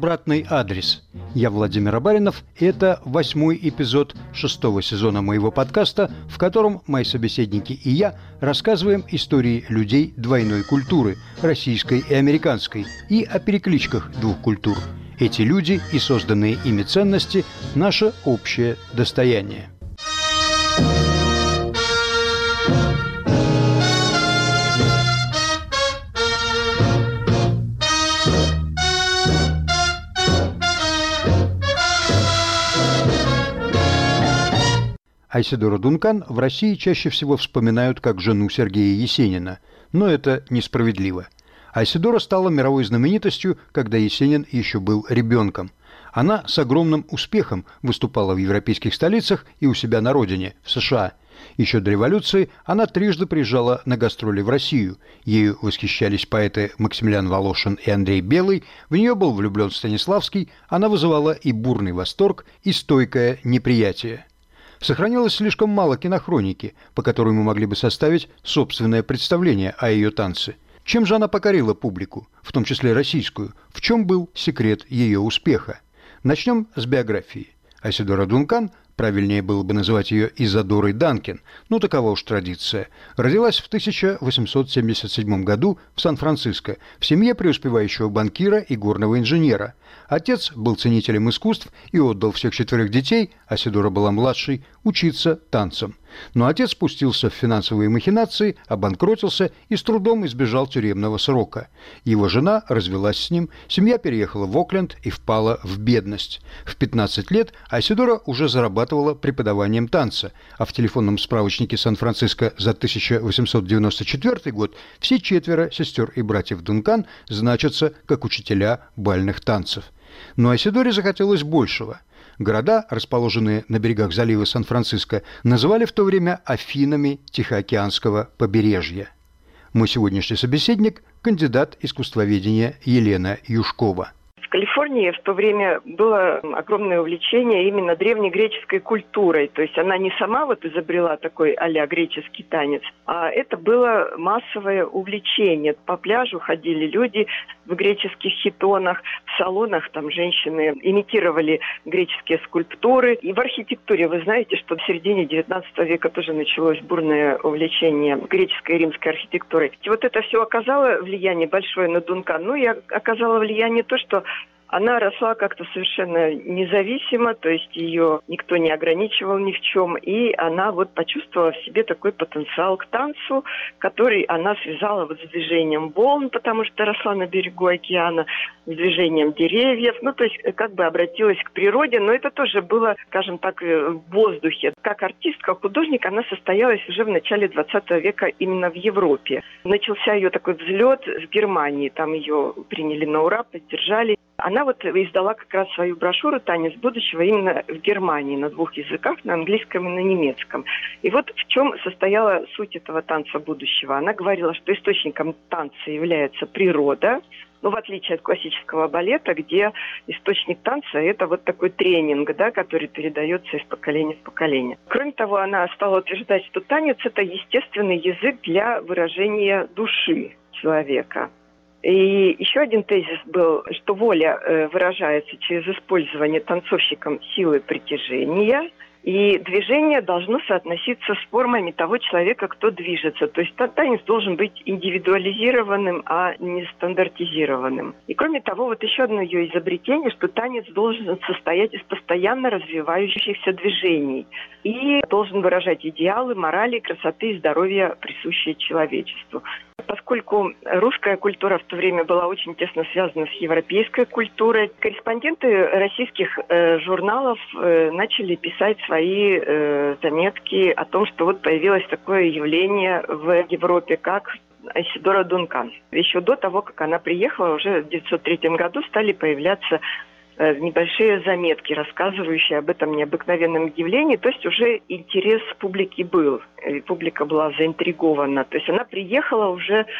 «Обратный адрес». Я Владимир Абаринов, и это 8-й эпизод 6-го сезона моего подкаста, в котором мои собеседники и я рассказываем истории людей двойной культуры, российской и американской, и о перекличках двух культур. Эти люди и созданные ими ценности – наше общее достояние. Айседору Дункан в России чаще всего вспоминают как жену Сергея Есенина, но это несправедливо. Айседора стала мировой знаменитостью, когда Есенин еще был ребенком. Она с огромным успехом выступала в европейских столицах и у себя на родине, в США. Еще до революции она трижды приезжала на гастроли в Россию. Ею восхищались поэты Максимилиан Волошин и Андрей Белый, в нее был влюблен Станиславский, она вызывала и бурный восторг, и стойкое неприятие. Сохранилось слишком мало кинохроники, по которой мы могли бы составить собственное представление о ее танце. Чем же она покорила публику, в том числе российскую? В чем был секрет ее успеха? Начнем с биографии. Айседора Дункан, правильнее было бы называть ее Изодорой Данкин, но такова уж традиция, родилась в 1877 году в Сан-Франциско в семье преуспевающего банкира и горного инженера. Отец был ценителем искусств и отдал всех 4 детей, Айседора была младшей, учиться танцам. Но отец спустился в финансовые махинации, обанкротился и с трудом избежал тюремного срока. Его жена развелась с ним, семья переехала в Окленд и впала в бедность. В 15 лет Айседора уже зарабатывала преподаванием танца, а в телефонном справочнике Сан-Франциско за 1894 год все 4 сестер и братьев Дункан значатся как учителя бальных танцев. Но Айседоре захотелось большего. Города, расположенные на берегах залива Сан-Франциско, называли в то время Афинами Тихоокеанского побережья. Мой сегодняшний собеседник – кандидат искусствоведения Елена Юшкова. В Калифорнии в то время было огромное увлечение именно древнегреческой культурой. То есть она не сама изобрела такой а-ля греческий танец, а это было массовое увлечение. По пляжу ходили люди в греческих хитонах, в салонах там женщины имитировали греческие скульптуры. И в архитектуре вы знаете, что в середине XIX века тоже началось бурное увлечение греческой и римской архитектурой. И вот это все оказало влияние большое на Дункан. Ну и оказало влияние то, что она росла как-то совершенно независимо, то есть ее никто не ограничивал ни в чем, и она почувствовала в себе такой потенциал к танцу, который она связала с движением волн, потому что росла на берегу океана, с движением деревьев, то есть как бы обратилась к природе, но это тоже было, скажем так, в воздухе. Как артистка, художник, она состоялась уже в начале 20 века именно в Европе. Начался ее такой взлет в Германии, там ее приняли на ура, поддержали. Она издала как раз свою брошюру «Танец будущего» именно в Германии на 2 языках, на английском и на немецком. И в чем состояла суть этого танца будущего. Она говорила, что источником танца является природа, в отличие от классического балета, где источник танца – это такой тренинг, который передается из поколения в поколение. Кроме того, она стала утверждать, что танец – это естественный язык для выражения души человека. И еще один тезис был, что воля выражается через использование танцовщиком силы притяжения, и движение должно соотноситься с формами того человека, кто движется. То есть танец должен быть индивидуализированным, а не стандартизированным. И кроме того, еще одно ее изобретение, что танец должен состоять из постоянно развивающихся движений и должен выражать идеалы, морали, красоты и здоровья, присущие человечеству. Поскольку русская культура в то время была очень тесно связана с европейской культурой, корреспонденты российских журналов начали писать свои заметки о том, что появилось такое явление в Европе, как Айседора Дункан. Еще до того, как она приехала, уже в 1903 году стали появляться небольшие заметки, рассказывающие об этом необыкновенном явлении. То есть уже интерес публики был, и публика была заинтригована. То есть она приехала уже с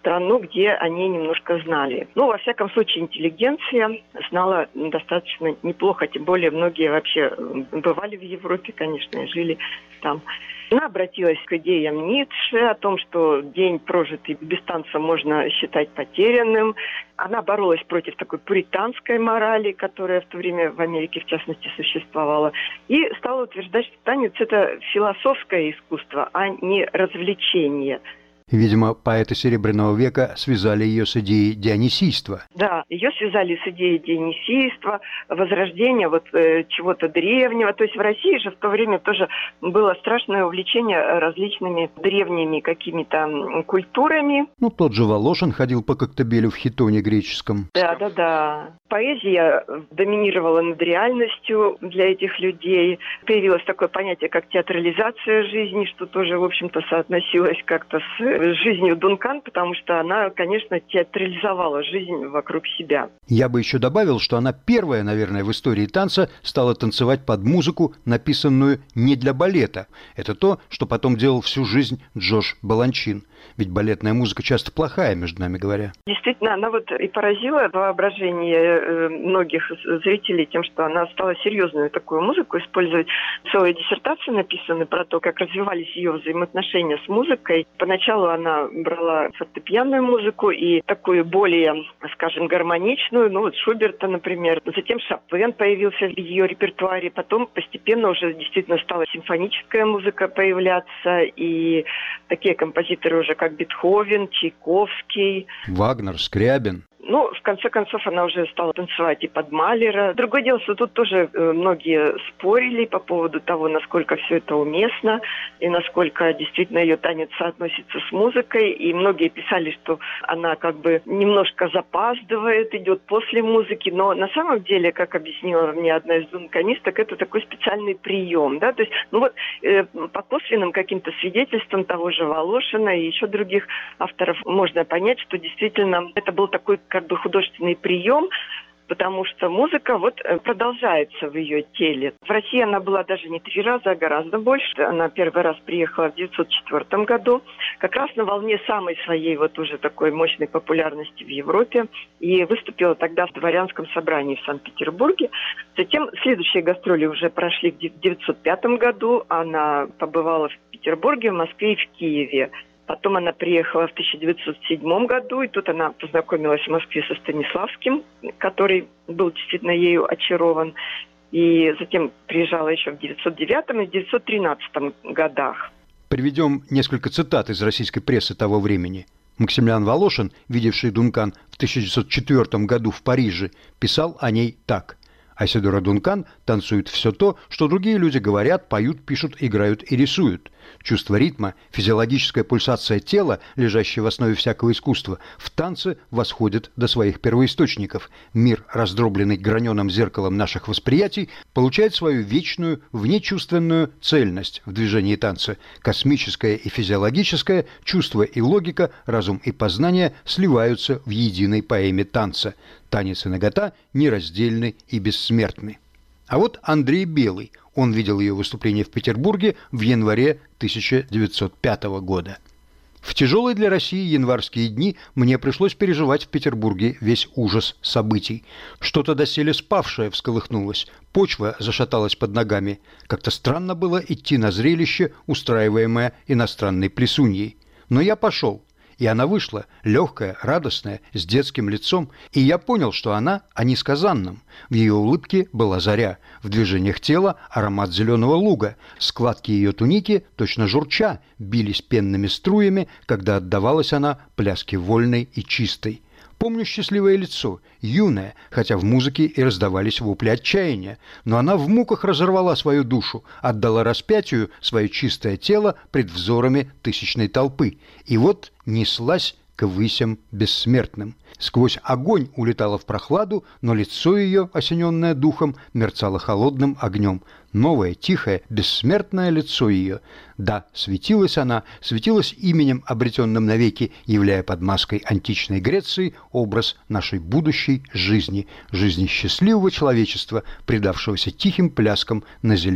страну, где они немножко знали. Ну, во всяком случае, интеллигенция знала достаточно неплохо, тем более многие вообще бывали в Европе, конечно, и жили там. Она обратилась к идеям Ницше о том, что день, прожитый без танца, можно считать потерянным. Она боролась против такой пуританской морали, которая в то время в Америке, в частности, существовала. И стала утверждать, что танец – это философское искусство, а не развлечение. Видимо, поэты Серебряного века связали ее с идеей дионисийства. Да, ее связали с идеей дионисийства, возрождения чего-то древнего. То есть в России же в то время тоже было страшное увлечение различными древними какими-то культурами. Ну, тот же Волошин ходил по Коктебелю в хитоне греческом. Да. Поэзия доминировала над реальностью для этих людей. Появилось такое понятие, как театрализация жизни, что тоже, в общем-то, соотносилось как-то с жизнью Дункан, потому что она, конечно, театрализовала жизнь вокруг себя. Я бы еще добавил, что она первая, наверное, в истории танца стала танцевать под музыку, написанную не для балета. Это то, что потом делал всю жизнь Джош Баланчин. Ведь балетная музыка часто плохая, между нами говоря. Действительно, она и поразила воображение многих зрителей тем, что она стала серьезную такую музыку использовать. Целые диссертации написаны про то, как развивались ее взаимоотношения с музыкой. Поначалу она брала фортепианную музыку и такую более, скажем, гармоничную, Шуберта, например. Затем Шопен появился в ее репертуаре. Потом постепенно уже действительно стала симфоническая музыка появляться, и такие композиторы уже как Бетховен, Чайковский. Вагнер, Скрябин. В конце концов, она уже стала танцевать и под Малера. Другое дело, что тут тоже многие спорили по поводу того, насколько все это уместно и насколько действительно ее танец соотносится с музыкой. И многие писали, что она как бы немножко запаздывает, идет после музыки. Но на самом деле, как объяснила мне одна из дунканисток, это такой специальный прием. Да? То есть, по косвенным каким-то свидетельствам того же Волошина и еще других авторов можно понять, что действительно это был такой как бы художественный прием, потому что музыка продолжается в ее теле. В России она была даже не 3 раза, а гораздо больше. Она первый раз приехала в 1904 году, как раз на волне самой своей уже такой мощной популярности в Европе, и выступила тогда в дворянском собрании в Санкт-Петербурге. Затем следующие гастроли уже прошли в 1905 году. Она побывала в Петербурге, в Москве и в Киеве. Потом она приехала в 1907 году, и тут она познакомилась в Москве со Станиславским, который был действительно ею очарован. И затем приезжала еще в 1909 и 1913 годах. Приведем несколько цитат из российской прессы того времени. Максимилиан Волошин, видевший Дункан в 1904 году в Париже, писал о ней так. Айседора Дункан танцует все то, что другие люди говорят, поют, пишут, играют и рисуют. Чувство ритма, физиологическая пульсация тела, лежащая в основе всякого искусства, в танце восходит до своих первоисточников. Мир, раздробленный граненым зеркалом наших восприятий, получает свою вечную, внечувственную цельность в движении танца. Космическое и физиологическое, чувство и логика, разум и познание сливаются в единой поэме танца. Танец и нагота нераздельны и бессмертны. А вот Андрей Белый. Он видел ее выступление в Петербурге в январе 1905 года. В тяжелые для России январские дни мне пришлось переживать в Петербурге весь ужас событий. Что-то доселе спавшее всколыхнулось, почва зашаталась под ногами. Как-то странно было идти на зрелище, устраиваемое иностранной плесуньей. Но я пошел. И она вышла, легкая, радостная, с детским лицом, и я понял, что она о несказанном. В ее улыбке была заря, в движениях тела аромат зеленого луга, складки ее туники, точно журча, бились пенными струями, когда отдавалась она пляске вольной и чистой. Помню счастливое лицо, юное, хотя в музыке и раздавались вопли отчаяния, но она в муках разорвала свою душу, отдала распятию свое чистое тело пред взорами тысячной толпы, и вот неслась к высям бессмертным. Сквозь огонь улетала в прохладу, но лицо ее, осененное духом, мерцало холодным огнем. Новое, тихое, бессмертное лицо ее. Да, светилась она, светилась именем, обретенным навеки, являя под маской античной Греции образ нашей будущей жизни, жизни счастливого человечества, предавшегося тихим пляскам на зеленых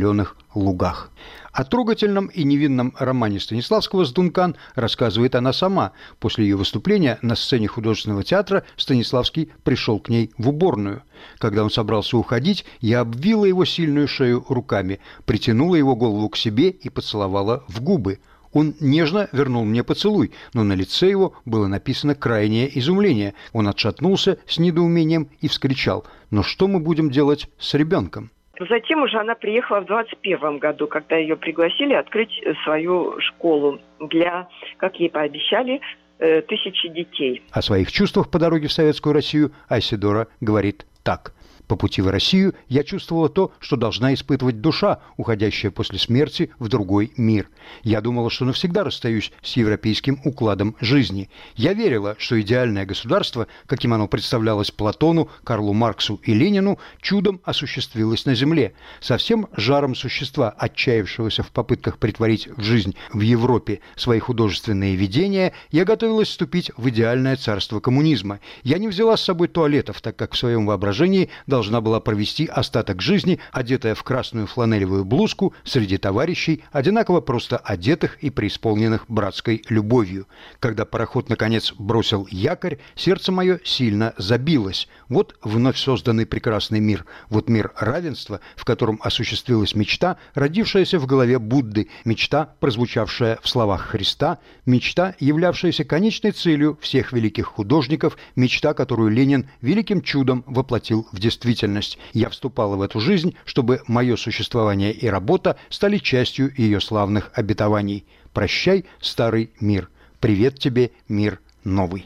лугах. О трогательном и невинном романе Станиславского с Дункан рассказывает она сама. После ее выступления на сцене художественного театра Станиславский пришел к ней в уборную. Когда он собрался уходить, я обвила его сильную шею руками, притянула его голову к себе и поцеловала в губы. Он нежно вернул мне поцелуй, но на лице его было написано крайнее изумление. Он отшатнулся с недоумением и вскричал: «Но что мы будем делать с ребенком?» Затем уже она приехала в 21 году, когда ее пригласили открыть свою школу для, как ей пообещали, 1000 детей. О своих чувствах по дороге в Советскую Россию Айседора говорит так. «По пути в Россию я чувствовала то, что должна испытывать душа, уходящая после смерти в другой мир. Я думала, что навсегда расстаюсь с европейским укладом жизни. Я верила, что идеальное государство, каким оно представлялось Платону, Карлу Марксу и Ленину, чудом осуществилось на земле. Со всем жаром существа, отчаявшегося в попытках претворить в жизнь в Европе свои художественные видения, я готовилась вступить в идеальное царство коммунизма. Я не взяла с собой туалетов, так как в своем воображении должна была провести остаток жизни, одетая в красную фланелевую блузку среди товарищей, одинаково просто одетых и преисполненных братской любовью. Когда пароход наконец бросил якорь, сердце мое сильно забилось. Вот вновь созданный прекрасный мир, вот мир равенства, в котором осуществилась мечта, родившаяся в голове Будды, мечта, прозвучавшая в словах Христа, мечта, являвшаяся конечной целью всех великих художников, мечта, которую Ленин великим чудом воплотил в действительность. Я вступала в эту жизнь, чтобы мое существование и работа стали частью ее славных обетований. Прощай, старый мир. Привет тебе, мир новый.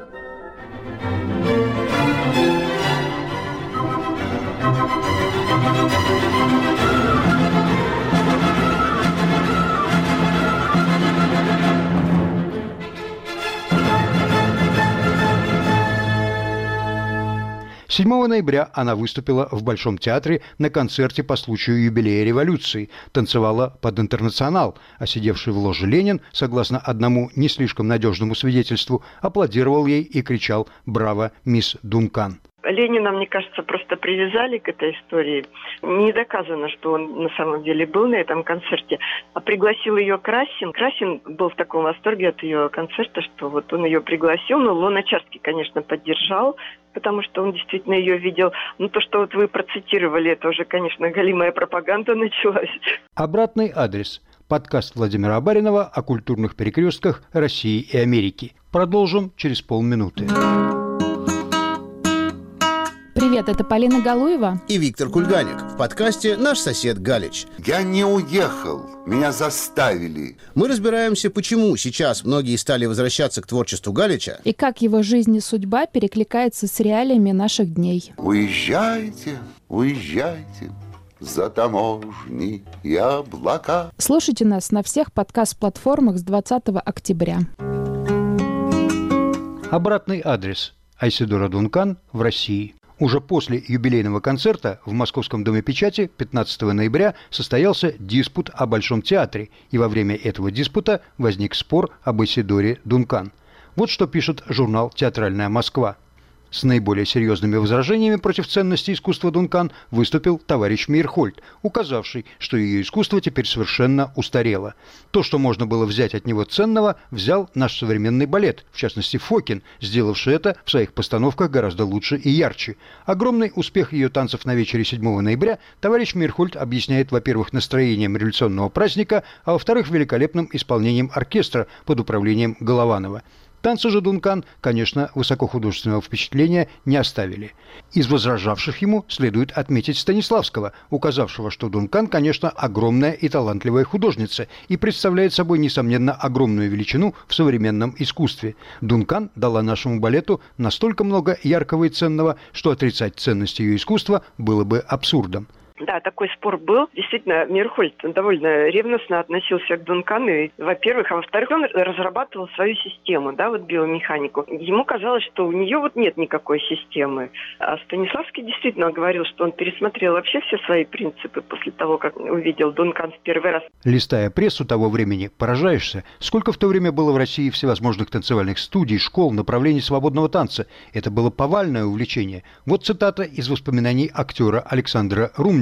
— 7 ноября она выступила в Большом театре на концерте по случаю юбилея революции, танцевала под «Интернационал», а сидевший в ложе Ленин, согласно одному не слишком надежному свидетельству, аплодировал ей и кричал «Браво, мисс Дункан!». Ленина, мне кажется, просто привязали к этой истории. Не доказано, что он на самом деле был на этом концерте. А пригласил ее Красин. Красин был в таком восторге от ее концерта, что вот он ее пригласил. Но Луначарский, конечно, поддержал, потому что он действительно ее видел. Но то, что вот вы процитировали, это уже, конечно, галимая пропаганда началась. Обратный адрес. Подкаст Владимира Абаринова о культурных перекрестках России и Америки. Продолжим через полминуты. Привет, это Полина Галуева и Виктор Кульганик в подкасте «Наш сосед Галич». Я не уехал, меня заставили. Мы разбираемся, почему сейчас многие стали возвращаться к творчеству Галича и как его жизнь и судьба перекликается с реалиями наших дней. Уезжайте, уезжайте за таможни и облака. Слушайте нас на всех подкаст-платформах с 20 октября. Обратный адрес. Айседора Дункан в России. Уже после юбилейного концерта в Московском доме печати 15 ноября состоялся диспут о Большом театре, и во время этого диспута возник спор об Айседоре Дункан. Вот что пишет журнал «Театральная Москва». С наиболее серьезными возражениями против ценности искусства Дункан выступил товарищ Мейерхольд, указавший, что ее искусство теперь совершенно устарело. То, что можно было взять от него ценного, взял наш современный балет, в частности Фокин, сделавший это в своих постановках гораздо лучше и ярче. Огромный успех ее танцев на вечере 7 ноября товарищ Мейерхольд объясняет, во-первых, настроением революционного праздника, а во-вторых, великолепным исполнением оркестра под управлением Голованова. Танцы же Дункан, конечно, высокохудожественного впечатления не оставили. Из возражавших ему следует отметить Станиславского, указавшего, что Дункан, конечно, огромная и талантливая художница и представляет собой, несомненно, огромную величину в современном искусстве. Дункан дала нашему балету настолько много яркого и ценного, что отрицать ценность ее искусства было бы абсурдом. Да, такой спор был. Действительно, Мейерхольд довольно ревностно относился к Дункану, во-первых, а во-вторых, он разрабатывал свою систему, да, вот биомеханику. Ему казалось, что у нее вот нет никакой системы. А Станиславский действительно говорил, что он пересмотрел вообще все свои принципы после того, как увидел Дункан в первый раз. Листая прессу того времени, поражаешься, сколько в то время было в России всевозможных танцевальных студий, школ, направлений свободного танца. Это было повальное увлечение. Вот цитата из воспоминаний актера Александра Румника.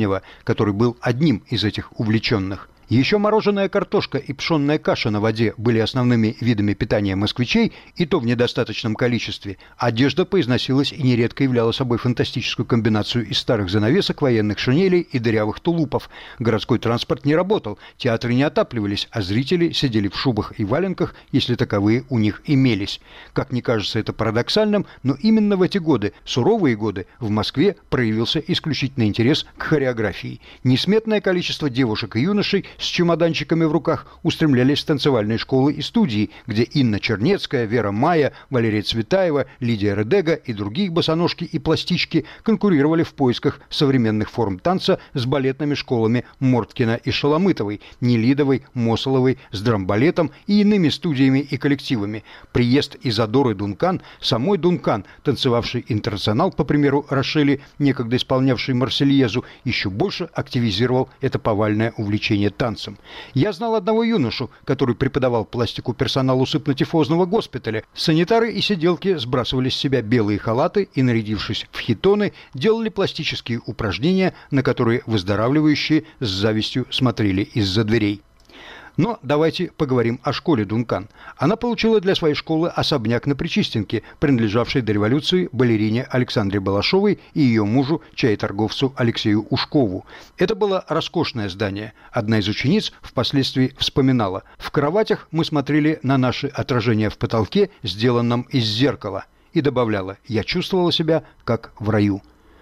Камнева, который был одним из этих увлеченных. Еще мороженая картошка и пшенная каша на воде были основными видами питания москвичей, и то в недостаточном количестве. Одежда поизносилась и нередко являла собой фантастическую комбинацию из старых занавесок, военных шинелей и дырявых тулупов. Городской транспорт не работал, театры не отапливались, а зрители сидели в шубах и валенках, если таковые у них имелись. Как ни кажется это парадоксальным, но именно в эти годы, суровые годы, в Москве проявился исключительный интерес к хореографии. Несметное количество девушек и юношей с чемоданчиками в руках устремлялись в танцевальные школы и студии, где Инна Чернецкая, Вера Майя, Валерия Цветаева, Лидия Редега и другие босоножки и пластички конкурировали в поисках современных форм танца с балетными школами Морткина и Шаламытовой, Нелидовой, Мосоловой, с драмбалетом и иными студиями и коллективами. Приезд Изодоры Дункан, самой Дункан, танцевавший интернационал, по примеру Рошели, некогда исполнявший Марсельезу, еще больше активизировал это повальное увлечение танцем. Я знал одного юношу, который преподавал пластику персоналу сыпно-тифозного госпиталя. Санитары и сиделки сбрасывали с себя белые халаты и, нарядившись в хитоны, делали пластические упражнения, на которые выздоравливающие с завистью смотрели из-за дверей. Но давайте поговорим о школе Дункан. Она получила для своей школы особняк на Причистенке, принадлежавший до революции балерине Александре Балашовой и ее мужу, чаеторговцу Алексею Ушкову. Это было роскошное здание. Одна из учениц впоследствии вспоминала: «В кроватях мы смотрели на наши отражения в потолке, сделанном из зеркала». И добавляла: «Я чувствовала себя как в раю».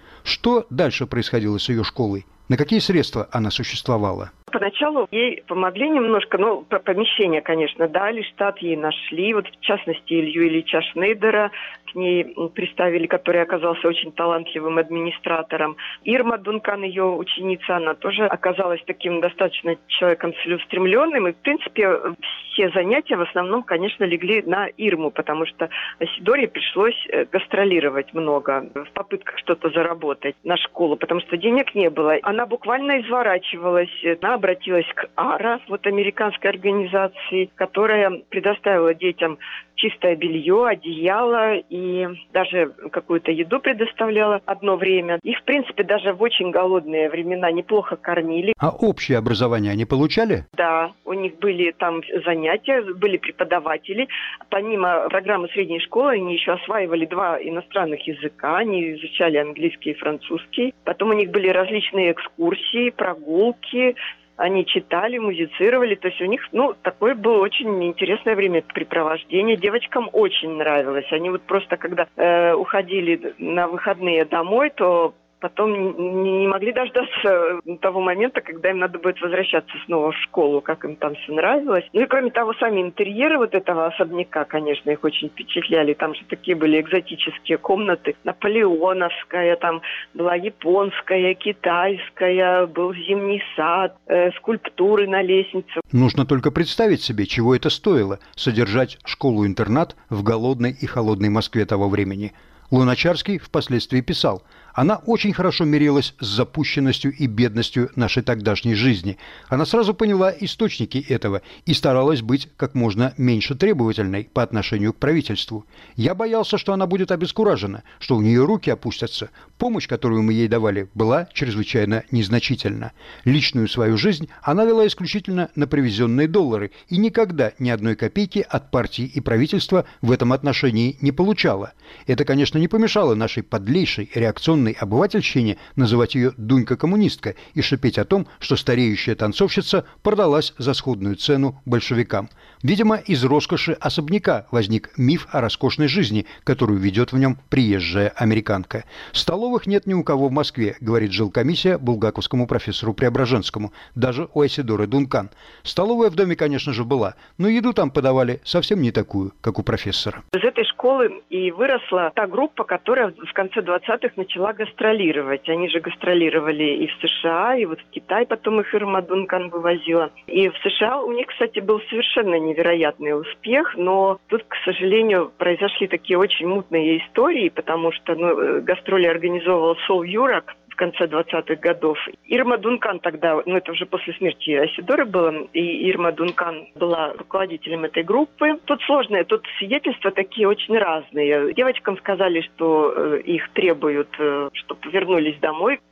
Что дальше происходило с ее школой? На какие средства она существовала? Поначалу ей помогли немножко, про помещение, конечно, дали, штат ей нашли, вот в частности Илью Ильича Шнейдера к ней приставили, который оказался очень талантливым администратором. Ирма Дункан, ее ученица, она тоже оказалась таким достаточно человеком целеустремленным, и в принципе все занятия в основном, конечно, легли на Ирму, потому что Айседоре пришлось гастролировать много в попытках что-то заработать на школу, потому что денег не было. Она буквально изворачивалась, она обратилась к АРА, вот американской организации, которая предоставила детям чистое белье, одеяло и даже какую-то еду предоставляла одно время. Их, в принципе, даже в очень голодные времена неплохо кормили. А общее образование они получали? Да, у них были там занятия, были преподаватели. Помимо программы средней школы, они еще осваивали 2 иностранных языка. Они изучали английский и французский. Потом у них были различные экскурсии, прогулки. Они читали, музицировали, то есть у них, такое было очень интересное времяпрепровождение. Девочкам очень нравилось. Они вот просто, когда уходили на выходные домой, то потом не могли дождаться того момента, когда им надо будет возвращаться снова в школу, как им там все нравилось. Ну и кроме того, сами интерьеры вот этого особняка, конечно, их очень впечатляли. Там же такие были экзотические комнаты. Наполеоновская, там была японская, китайская, был зимний сад, скульптуры на лестнице. Нужно только представить себе, чего это стоило – содержать школу-интернат в голодной и холодной Москве того времени. Луначарский впоследствии писал: «Она очень хорошо мирилась с запущенностью и бедностью нашей тогдашней жизни. Она сразу поняла источники этого и старалась быть как можно меньше требовательной по отношению к правительству. Я боялся, что она будет обескуражена, что у нее руки опустятся. Помощь, которую мы ей давали, была чрезвычайно незначительна. Личную свою жизнь она вела исключительно на привезенные доллары и никогда ни одной копейки от партии и правительства в этом отношении не получала. Это, конечно, не помешало нашей подлейшей реакционной обывательщине называть ее «Дунька-коммунистка» и шипеть о том, что стареющая танцовщица продалась за сходную цену большевикам. Видимо, из роскоши особняка возник миф о роскошной жизни, которую ведет в нем приезжая американка. «Столовых нет ни у кого в Москве», говорит жилкомиссия булгаковскому профессору Преображенскому, даже у Айседоры Дункан. Столовая в доме, конечно же, была, но еду там подавали совсем не такую, как у профессора. Из этой школы и выросла та группа, которая в конце 20-х начала гастролировать. Они же гастролировали и в США, и вот в Китай потом их Ирма Дункан вывозила. И в США у них, кстати, был совершенно невероятный успех, но тут, к сожалению, произошли такие очень мутные истории, потому что гастроли организовывал Сол Юрак в конце 20-х годов. Ирма Дункан тогда, это уже после смерти Айседоры было, и Ирма Дункан была руководителем этой группы. Тут сложное, тут свидетельства такие очень разные. Девочкам сказали, что их требуют, чтобы вернулись домой.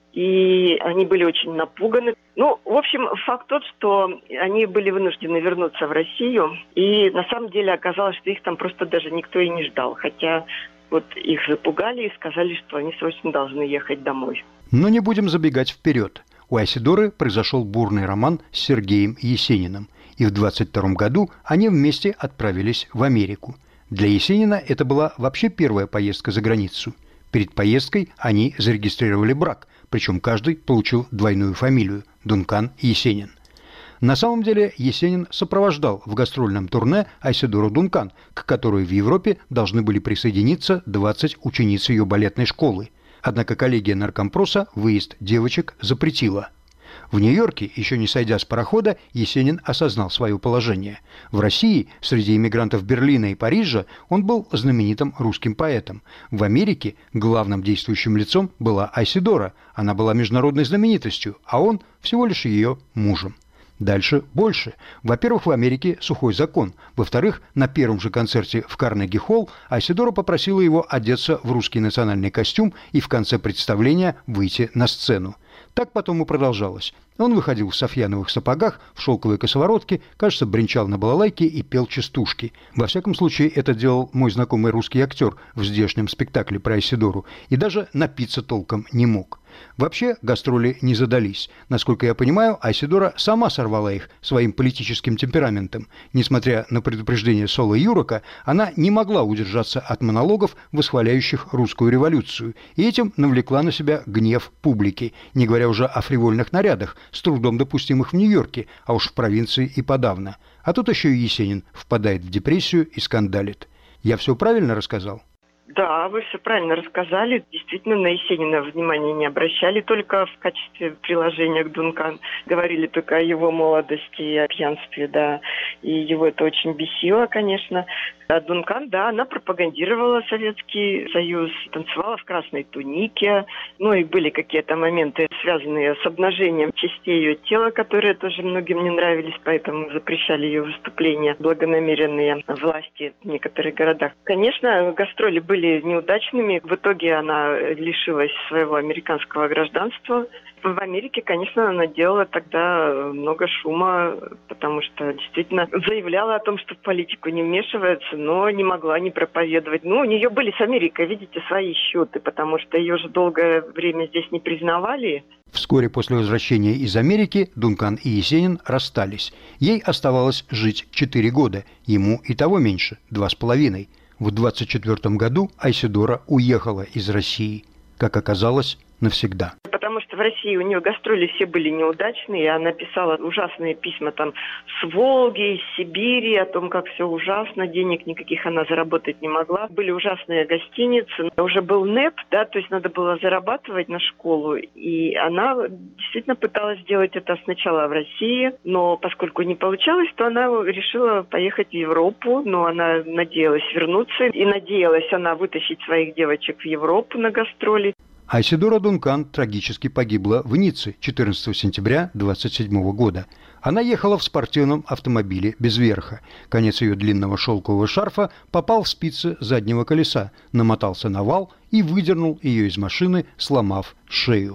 и они были очень напуганы. Ну, в общем, факт тот, что они были вынуждены вернуться в Россию, и на самом деле оказалось, что их там просто даже никто и не ждал, хотя вот их запугали и сказали, что они срочно должны ехать домой. Но не будем забегать вперед. У Айседоры произошел бурный роман с Сергеем Есениным, и в 22 году они вместе отправились в Америку. Для Есенина это была вообще первая поездка за границу. Перед поездкой они зарегистрировали брак, причем каждый получил двойную фамилию – Дункан и Есенин. На самом деле Есенин сопровождал в гастрольном турне Айседору Дункан, к которой в Европе должны были присоединиться 20 учениц ее балетной школы. Однако коллегия наркомпроса выезд девочек запретила. В Нью-Йорке, еще не сойдя с парохода, Есенин осознал свое положение. В России, среди эмигрантов Берлина и Парижа, он был знаменитым русским поэтом. В Америке главным действующим лицом была Айседора. Она была международной знаменитостью, а он всего лишь ее мужем. Дальше больше. Во-первых, в Америке сухой закон. Во-вторых, на первом же концерте в Карнеги-холл Айседора попросила его одеться в русский национальный костюм и в конце представления выйти на сцену. Так потом и продолжалось. Он выходил в софьяновых сапогах, в шелковой косоворотке, кажется, бренчал на балалайке и пел частушки. Во всяком случае, это делал мой знакомый русский актер в здешнем спектакле про Айседору, и даже напиться толком не мог. Вообще, гастроли не задались. Насколько я понимаю, Айседора сама сорвала их своим политическим темпераментом. Несмотря на предупреждение Соло Юрока, она не могла удержаться от монологов, восхваляющих русскую революцию, и этим навлекла на себя гнев публики, не говоря уже о фривольных нарядах, с трудом допустимых в Нью-Йорке, а уж в провинции и подавно. А тут еще и Есенин впадает в депрессию и скандалит. Я все правильно рассказал? Да, вы все правильно рассказали. Действительно, на Есенина внимания не обращали, только в качестве приложения к Дункан. Говорили только о его молодости и о пьянстве, да. И его это очень бесило, конечно. А Дункан, да, она пропагандировала Советский Союз, танцевала в красной тунике. Ну и были какие-то моменты, связанные с обнажением частей ее тела, которые тоже многим не нравились, поэтому запрещали ее выступления благонамеренные власти в некоторых городах. Конечно, гастроли были неудачными. В итоге она лишилась своего американского гражданства. В Америке, конечно, она делала тогда много шума, потому что действительно заявляла о том, что в политику не вмешивается, но не могла не проповедовать. Ну, у нее были с Америкой, видите, свои счеты, потому что ее же долгое время здесь не признавали. Вскоре после возвращения из Америки Дункан и Есенин расстались. Ей оставалось жить 4 года, ему и того меньше, 2,5. В 24 году Айседора уехала из России. Как оказалось, навсегда. Потому что в России у нее гастроли все были неудачные, и она писала ужасные письма там с Волги, из Сибири, о том, как все ужасно, денег никаких она заработать не могла. Были ужасные гостиницы, уже был НЭП, да, то есть надо было зарабатывать на школу, и она действительно пыталась сделать это сначала в России, но поскольку не получалось, то она решила поехать в Европу, но она надеялась вернуться, и надеялась она вытащить своих девочек в Европу на гастроли. Айседора Дункан трагически погибла в Ницце 14 сентября 1927 года. Она ехала в спортивном автомобиле без верха. Конец ее длинного шелкового шарфа попал в спицы заднего колеса, намотался на вал и выдернул ее из машины, сломав шею.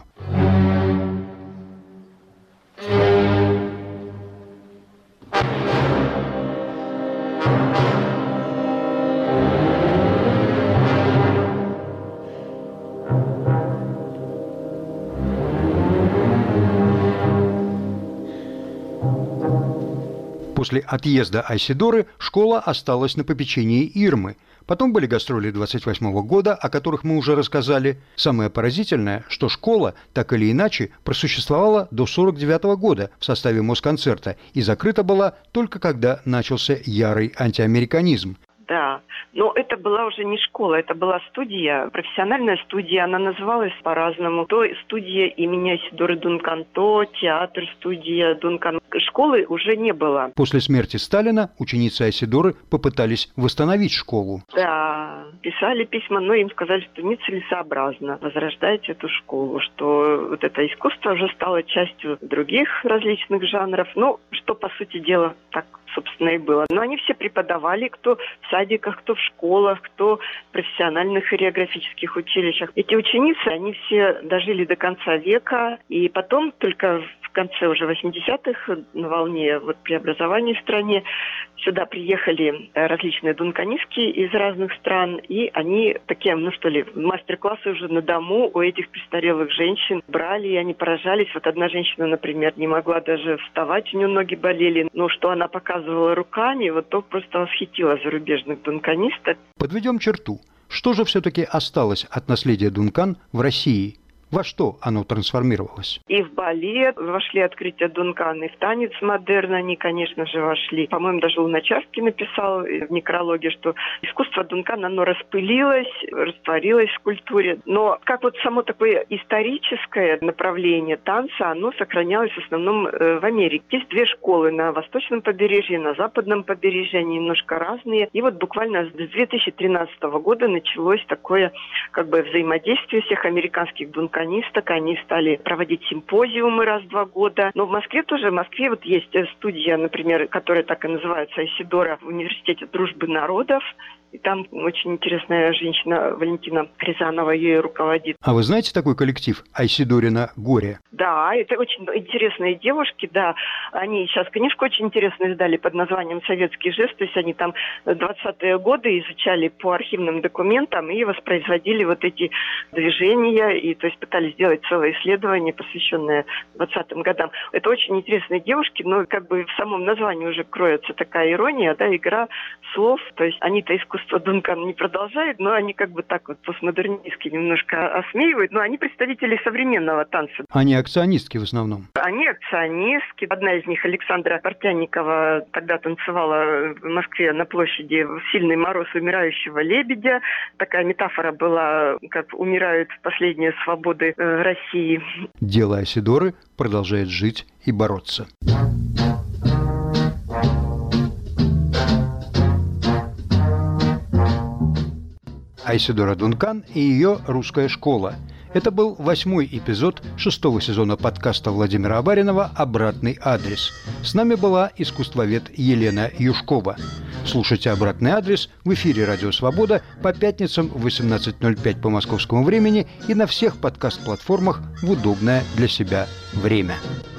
После отъезда Айседоры школа осталась на попечении Ирмы. Потом были гастроли 28 года, о которых мы уже рассказали. Самое поразительное, что школа так или иначе просуществовала до 49 года в составе Москонцерта и закрыта была только когда начался ярый антиамериканизм. Да, но это была уже не школа, это была студия, профессиональная студия, она называлась по-разному. То студия имени Айседоры Дункан, то театр-студия Дункан. Школы уже не было. После смерти Сталина ученицы Айседоры попытались восстановить школу. Да, писали письма, но им сказали, что нецелесообразно возрождать эту школу, что вот это искусство уже стало частью других различных жанров. Ну, что, по сути дела, так, собственно, и было. Но они все преподавали, кто в садиках, кто в школах, кто в профессиональных хореографических училищах. Эти ученицы, они все дожили до конца века, и потом только в конце уже 80-х, на волне вот преобразований в стране, сюда приехали различные дунканистки из разных стран, и они такие, мастер-классы уже на дому у этих престарелых женщин брали, и они поражались. Вот одна женщина, например, не могла даже вставать, у нее ноги болели, но что она показывала руками, вот то просто восхитило зарубежных дунканисток. Подведем черту. Что же все-таки осталось от наследия Дункан в России? Во что оно трансформировалось? И в балет вошли открытия Дункан, и в танец модерн они, конечно же, вошли. По-моему, даже Луначарский написал в некрологе, что искусство Дункан, оно распылилось, растворилось в культуре. Но как вот само такое историческое направление танца, оно сохранялось в основном в Америке. Есть две школы на восточном побережье, на западном побережье, они немножко разные. И вот буквально с 2013 года началось такое взаимодействие всех американских дунканистов. Они стали проводить симпозиумы раз в 2 года. Но в Москве вот есть студия, например, которая так и называется «Айседора» в Университете дружбы народов. И там очень интересная женщина Валентина Рязанова ее руководит. А вы знаете такой коллектив «Айседорина горе»? Да, это очень интересные девушки, да. Они сейчас книжку очень интересно издали под названием «Советский жест». То есть они там 20-е годы изучали по архивным документам и воспроизводили вот эти движения. И то есть пытались сделать целое исследование, посвященное 20-м годам. Это очень интересные девушки, но в самом названии уже кроется такая ирония, да, игра слов. То есть они-то искусство Дункан не продолжают, но они так вот постмодернистски немножко осмеивают. Но они представители современного танца. Они акционистки в основном. Они акционистки. Одна из них, Александра Портянникова, тогда танцевала в Москве на площади в сильный мороз умирающего лебедя. Такая метафора была, как умирают последние свободы в России. Дело Айседоры продолжает жить и бороться. Айседора Дункан и ее русская школа. Это был 8-й эпизод 6-го сезона подкаста Владимира Абаринова «Обратный адрес». С нами была искусствовед Елена Юшкова. Слушайте «Обратный адрес» в эфире «Радио Свобода» по пятницам в 18:05 по московскому времени и на всех подкаст-платформах в удобное для себя время.